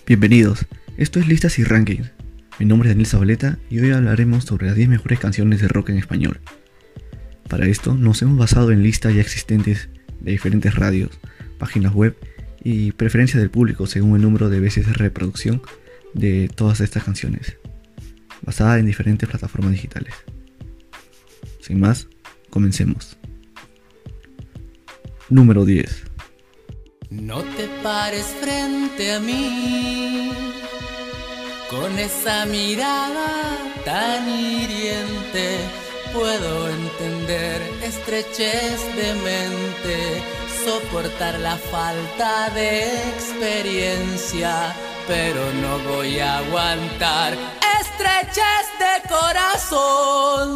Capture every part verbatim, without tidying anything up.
Bienvenidos, esto es Listas y Rankings. Mi nombre es Daniel Zabaleta y hoy hablaremos sobre las diez mejores canciones de rock en español. Para esto nos hemos basado en listas ya existentes de diferentes radios, páginas web y preferencias del público según el número de veces de reproducción de todas estas canciones, basada en diferentes plataformas digitales. Sin más, comencemos. Número diez. No te pares frente a mí con esa mirada tan hiriente. Puedo entender estrechez de mente, soportar la falta de experiencia, pero no voy a aguantar estrechez de corazón.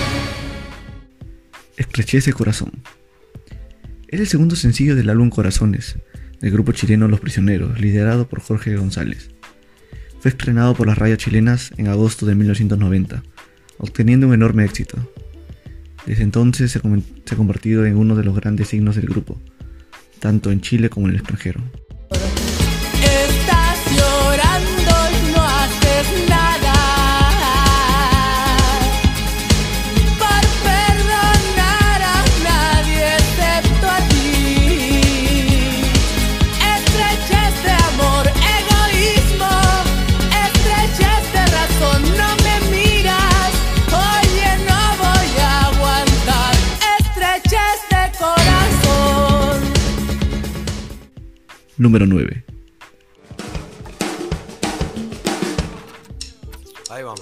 Estrechez de corazón. Es el segundo sencillo del álbum Corazones, del grupo chileno Los Prisioneros, liderado por Jorge González. Fue estrenado por las radios chilenas en agosto de mil novecientos noventa, obteniendo un enorme éxito. Desde entonces se, com- se ha convertido en uno de los grandes signos del grupo, tanto en Chile como en el extranjero. Estás llorando y no haces nada por perdonar a nadie excepto a ti. Estrechez de amor, egoísmo, estrechez de razón. No me miras, oye, no voy a aguantar estrechez de corazón. Número nueve. Ahí vamos.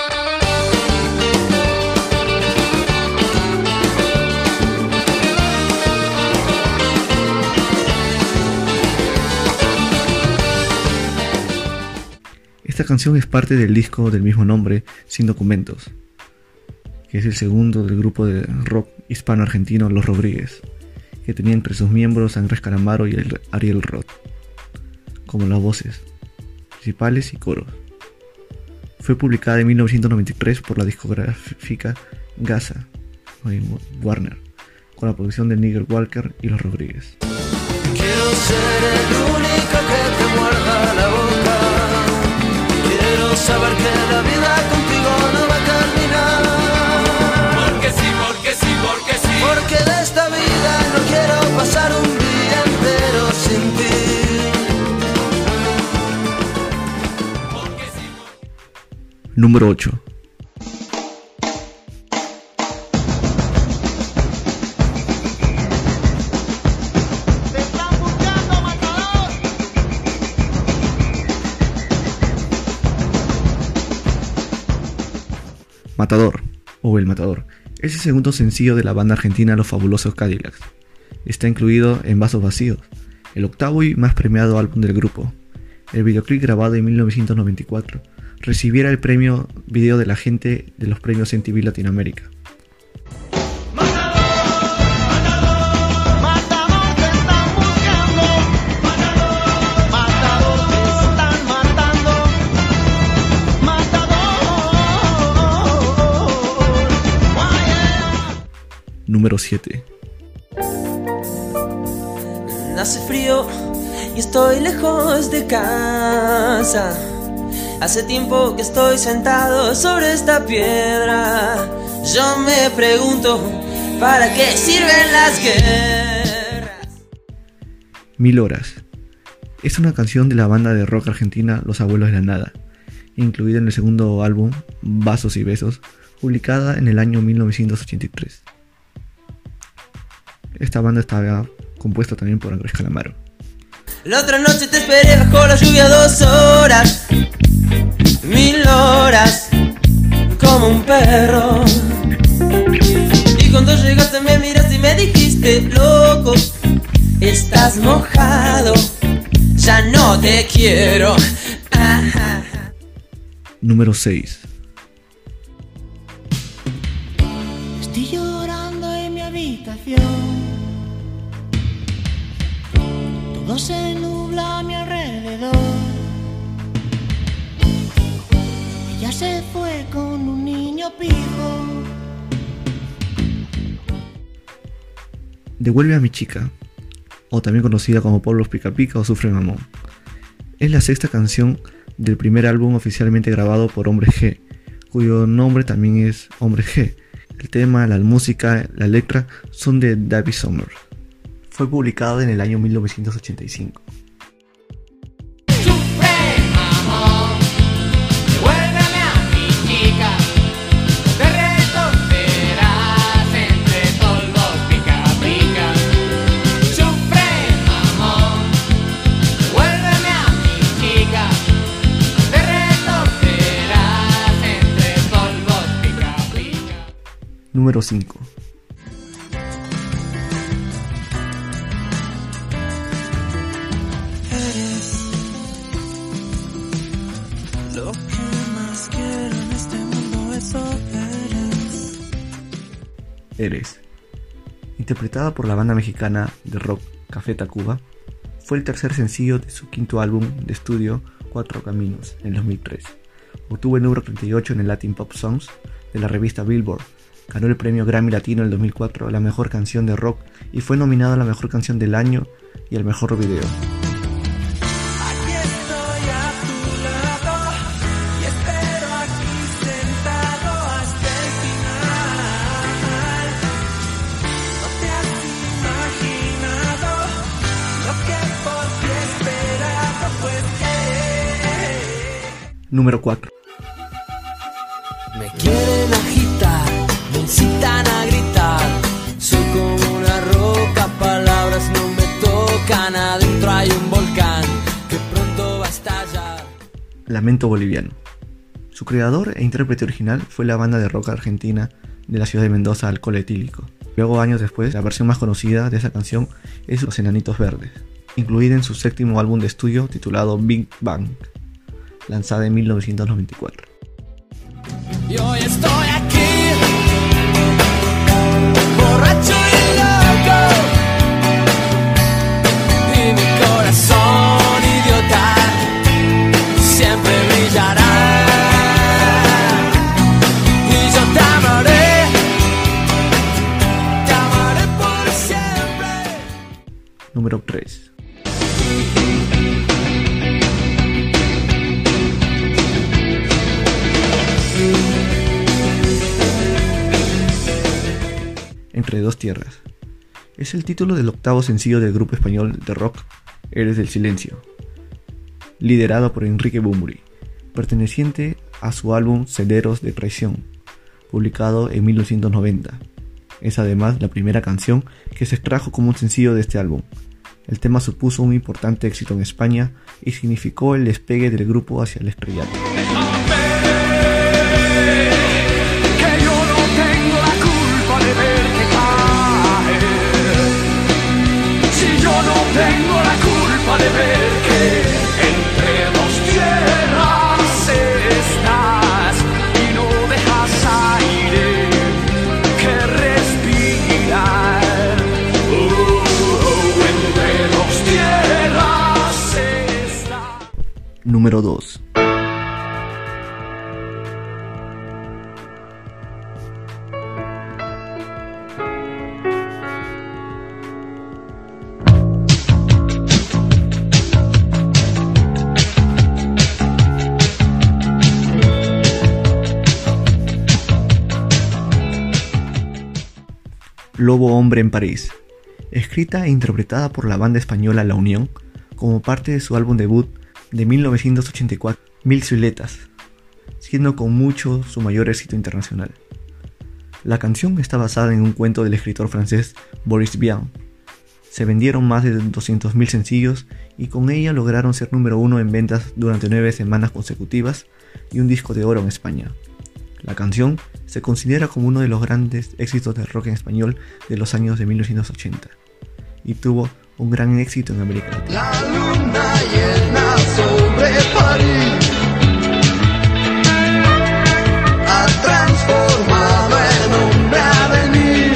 Esta canción es parte del disco del mismo nombre, Sin Documentos, que es el segundo del grupo de rock hispano-argentino Los Rodríguez, que tenía entre sus miembros a Andrés Calamaro y el Ariel Roth, como las voces principales y coros. Fue publicada en mil novecientos noventa y tres por la discográfica Gaza, Warner, con la producción de Nigel Walker y Los Rodríguez. Quiero ser el único que te muerda la boca. Quiero saber que la vida contigo no va a terminar. Porque sí, porque sí, porque sí. Porque de esta vida no quiero pasar un día entero sin ti. Porque sí, porque... Número ocho. Matador, o El Matador, es el segundo sencillo de la banda argentina Los Fabulosos Cadillacs. Está incluido en Vasos Vacíos, el octavo y más premiado álbum del grupo. El videoclip, grabado en mil novecientos noventa y cuatro, recibiera el premio video de la gente de los premios M T V Latinoamérica. Número siete. Hace frío y estoy lejos de casa. Hace tiempo que estoy sentado sobre esta piedra. Yo me pregunto, ¿para qué sirven las guerras? Mil horas. Es una canción de la banda de rock argentina Los Abuelos de la Nada, incluida en el segundo álbum Vasos y Besos, publicada en el año mil novecientos ochenta y tres. Esta banda estaba compuesta también por Andrés Calamaro. La otra noche te esperé bajo la lluvia dos horas, mil horas, como un perro. Y cuando llegaste me miraste y me dijiste, loco, estás mojado, ya no te quiero. Ah, Número seis. Estoy llorando en mi habitación. Todo se nubla a mi alrededor. Ella se fue con un niño pijo. Devuelve a mi chica, o también conocida como Polvos Pica Pica o Sufre Mamón. Es la sexta canción del primer álbum oficialmente grabado por Hombre G, cuyo nombre también es Hombre G. El tema, la música, la letra son de David Sommer. Fue publicado en el año mil novecientos ochenta y cinco. Número cinco. Eres lo que más quiero en este mundo, eso eres. Eres, interpretada por la banda mexicana de rock Café Tacuba, fue el tercer sencillo de su quinto álbum de estudio Cuatro Caminos en dos mil tres. Obtuvo el número treinta y ocho en el Latin Pop Songs de la revista Billboard. Ganó el premio Grammy Latino en el dos mil cuatro a la mejor canción de rock y fue nominado a la mejor canción del año y al mejor video. Aquí estoy a tu lado y espero aquí sentado hasta el final. No te has imaginado lo que por ti he esperado, pues eh. Número cuatro. Me quieren agitar, me incitan a gritar. Soy como una roca, palabras no me tocan. Adentro hay un volcán que pronto va a estallar. Lamento Boliviano. Su creador e intérprete original fue la banda de rock argentina de la ciudad de Mendoza, Alcohol Etílico. Luego, años después, la versión más conocida de esa canción es Los Enanitos Verdes, incluida en su séptimo álbum de estudio titulado Big Bang, lanzada en mil novecientos noventa y cuatro. Y hoy estoy aquí, borracho y loco, y mi corazón idiota siempre brillará. Y yo te amaré, te amaré por siempre. Número tres. Entre dos tierras. Es el título del octavo sencillo del grupo español de rock Héroes del Silencio, liderado por Enrique Bunbury, perteneciente a su álbum Senderos de Traición, publicado en mil novecientos noventa. Es además la primera canción que se extrajo como un sencillo de este álbum. El tema supuso un importante éxito en España y significó el despegue del grupo hacia el estrellato. Tengo la culpa de ver que entre dos tierras estás y no dejas aire que respirar. Oh, oh, entre dos tierras estás. Número dos. Lobo Hombre en París, escrita e interpretada por la banda española La Unión como parte de su álbum debut de mil novecientos ochenta y cuatro, Mil Siluetas, siendo con mucho su mayor éxito internacional. La canción está basada en un cuento del escritor francés Boris Vian. Se vendieron más de doscientos mil sencillos y con ella lograron ser número uno en ventas durante nueve semanas consecutivas y un disco de oro en España. La canción se considera como uno de los grandes éxitos del rock en español de los años de mil novecientos ochenta y tuvo un gran éxito en América Latina. La luna llena sobre París ha transformado en hombre a venir.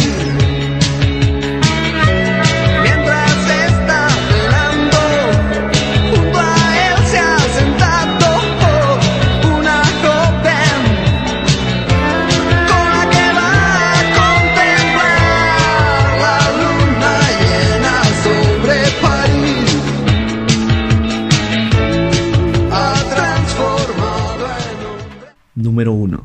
Mientras está velando, junto a él se ha sentado una joven con la que va a contemplar la luna llena sobre París. número uno.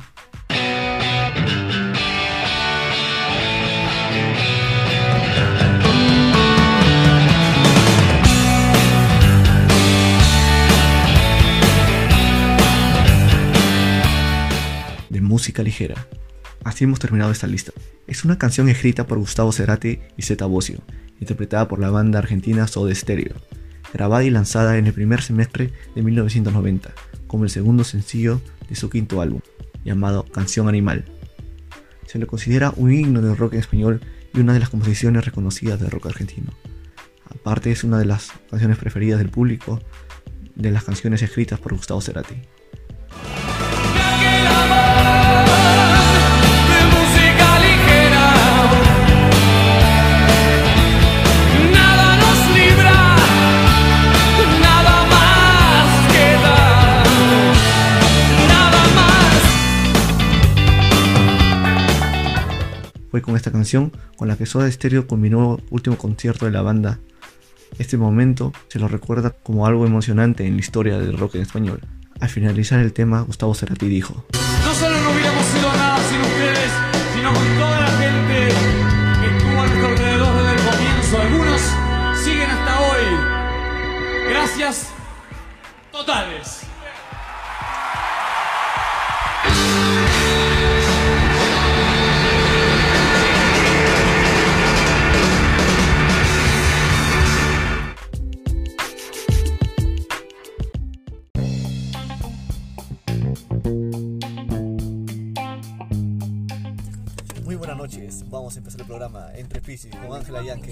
De música ligera. Así hemos terminado esta lista. Es una canción escrita por Gustavo Cerati y Zeta Bosio, interpretada por la banda argentina Soda Stereo, grabada y lanzada en el primer semestre de mil novecientos noventa, como el segundo sencillo de su quinto álbum, llamado Canción Animal. Se le considera un himno del rock en español y una de las composiciones reconocidas del rock argentino. Aparte, es una de las canciones preferidas del público de las canciones escritas por Gustavo Cerati. Fue con esta canción con la que Soda Stereo culminó el último concierto de la banda. Este momento se lo recuerda como algo emocionante en la historia del rock en español. Al finalizar el tema, Gustavo Cerati dijo: no solo no hubiéramos sido nada sin ustedes, sino con toda la gente que estuvo a nuestro alrededor desde el comienzo. Algunos siguen hasta hoy. Gracias totales. Muy buenas noches, vamos a empezar el programa Entre Piscis con Ángela Yaque.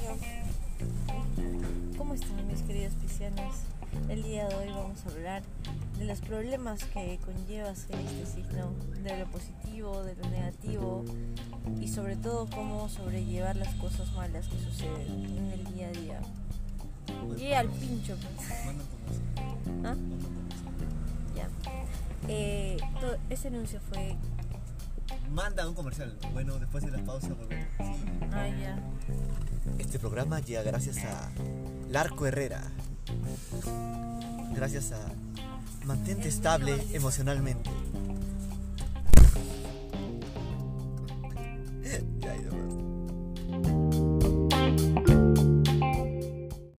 ¿Cómo están mis queridos piscianos? El día de hoy vamos a hablar de los problemas que conlleva ser este signo, de lo positivo, de lo negativo y sobre todo cómo sobrellevar las cosas malas que suceden en el día a día. Y al pincho, pues. ¿Ah? Ya. Eh, todo, ese anuncio fue... Manda un comercial. Bueno, después de la pausa volvemos. Ah, ya. Este programa llega gracias a Larco Herrera. Gracias a Mantente estable emocionalmente.